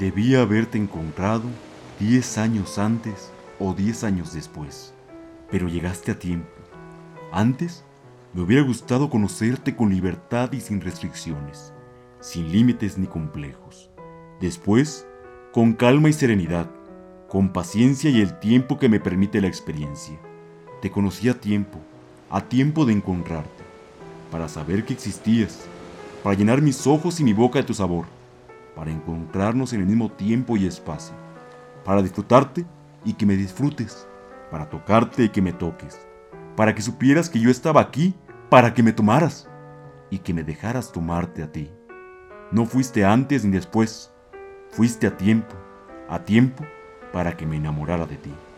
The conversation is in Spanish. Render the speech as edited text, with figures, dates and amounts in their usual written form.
Debía haberte encontrado 10 años antes o 10 años después, pero llegaste a tiempo. Antes, me hubiera gustado conocerte con libertad y sin restricciones, sin límites ni complejos. Después, con calma y serenidad, con paciencia y el tiempo que me permite la experiencia. Te conocí a tiempo de encontrarte, para saber que existías, para llenar mis ojos y mi boca de tu sabor, para encontrarnos en el mismo tiempo y espacio, para disfrutarte y que me disfrutes, para tocarte y que me toques, para que supieras que yo estaba aquí, para que me tomaras y que me dejaras tomarte a ti. No fuiste antes ni después, fuiste a tiempo para que me enamorara de ti.